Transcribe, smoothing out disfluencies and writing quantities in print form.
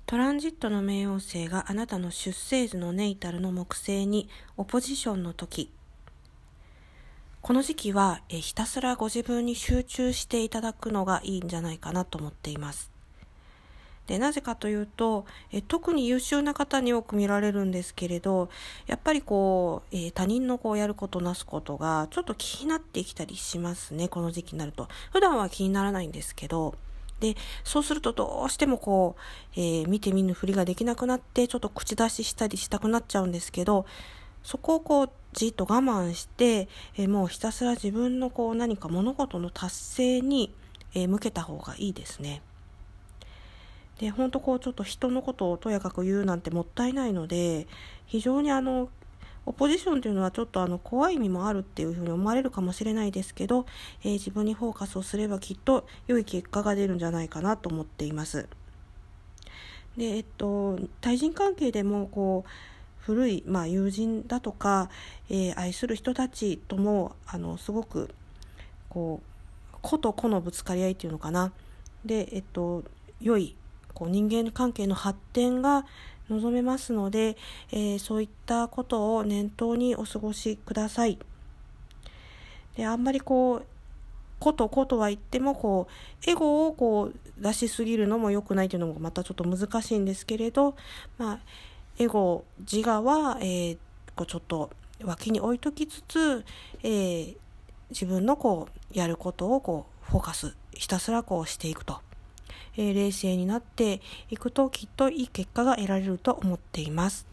トランジットの冥王星があなたの出生図のネイタルの木星にオポジションの時、この時期はひたすらご自分に集中していただくのがいいんじゃないかなと思っています。で、なぜかというと、特に優秀な方に多く見られるんですけれど、やっぱり他人のやることなすことがちょっと気になってきたりしますね、この時期になると。普段は気にならないんですけど、で、そうするとどうしても見て見ぬふりができなくなって、ちょっと口出ししたりしたくなっちゃうんですけど、そこをじっと我慢して、もうひたすら自分の何か物事の達成に、向けた方がいいですね。で、本当ちょっと人のことをとやかく言うなんてもったいないので、非常にオポジションというのはちょっと怖い意味もあるっていうふうに思われるかもしれないですけど、自分にフォーカスをすればきっと良い結果が出るんじゃないかなと思っています。で、対人関係でも古い、友人だとか、愛する人たちともすごく個と個のぶつかり合いっていうのかな。で、良い人間関係の発展が望めますので、そういったことを念頭にお過ごしください。で、あんまりことは言ってもエゴを出しすぎるのも良くないというのもまたちょっと難しいんですけれど、エゴ自我は、ちょっと脇に置いときつつ、自分のやることをフォーカスひたすらしていくと、冷静になっていくときっといい結果が得られると思っています。